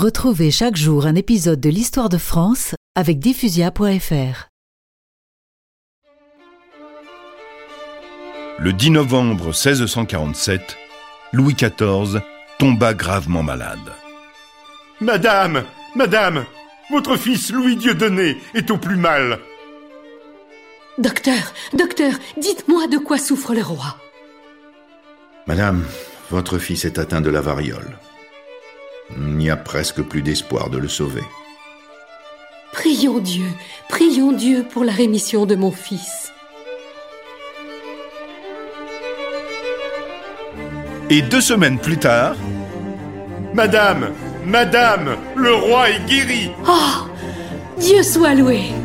Retrouvez chaque jour un épisode de l'Histoire de France avec diffusia.fr. Le 10 novembre 1647, Louis XIV tomba gravement malade. Madame, votre fils Louis Dieudonné est au plus mal. Docteur, dites-moi de quoi souffre le roi. Madame, votre fils est atteint de la variole. Il n'y a presque plus d'espoir de le sauver. Prions Dieu pour la rémission de mon fils. Et 2 semaines plus tard... Madame, le roi est guéri. Oh, Dieu soit loué.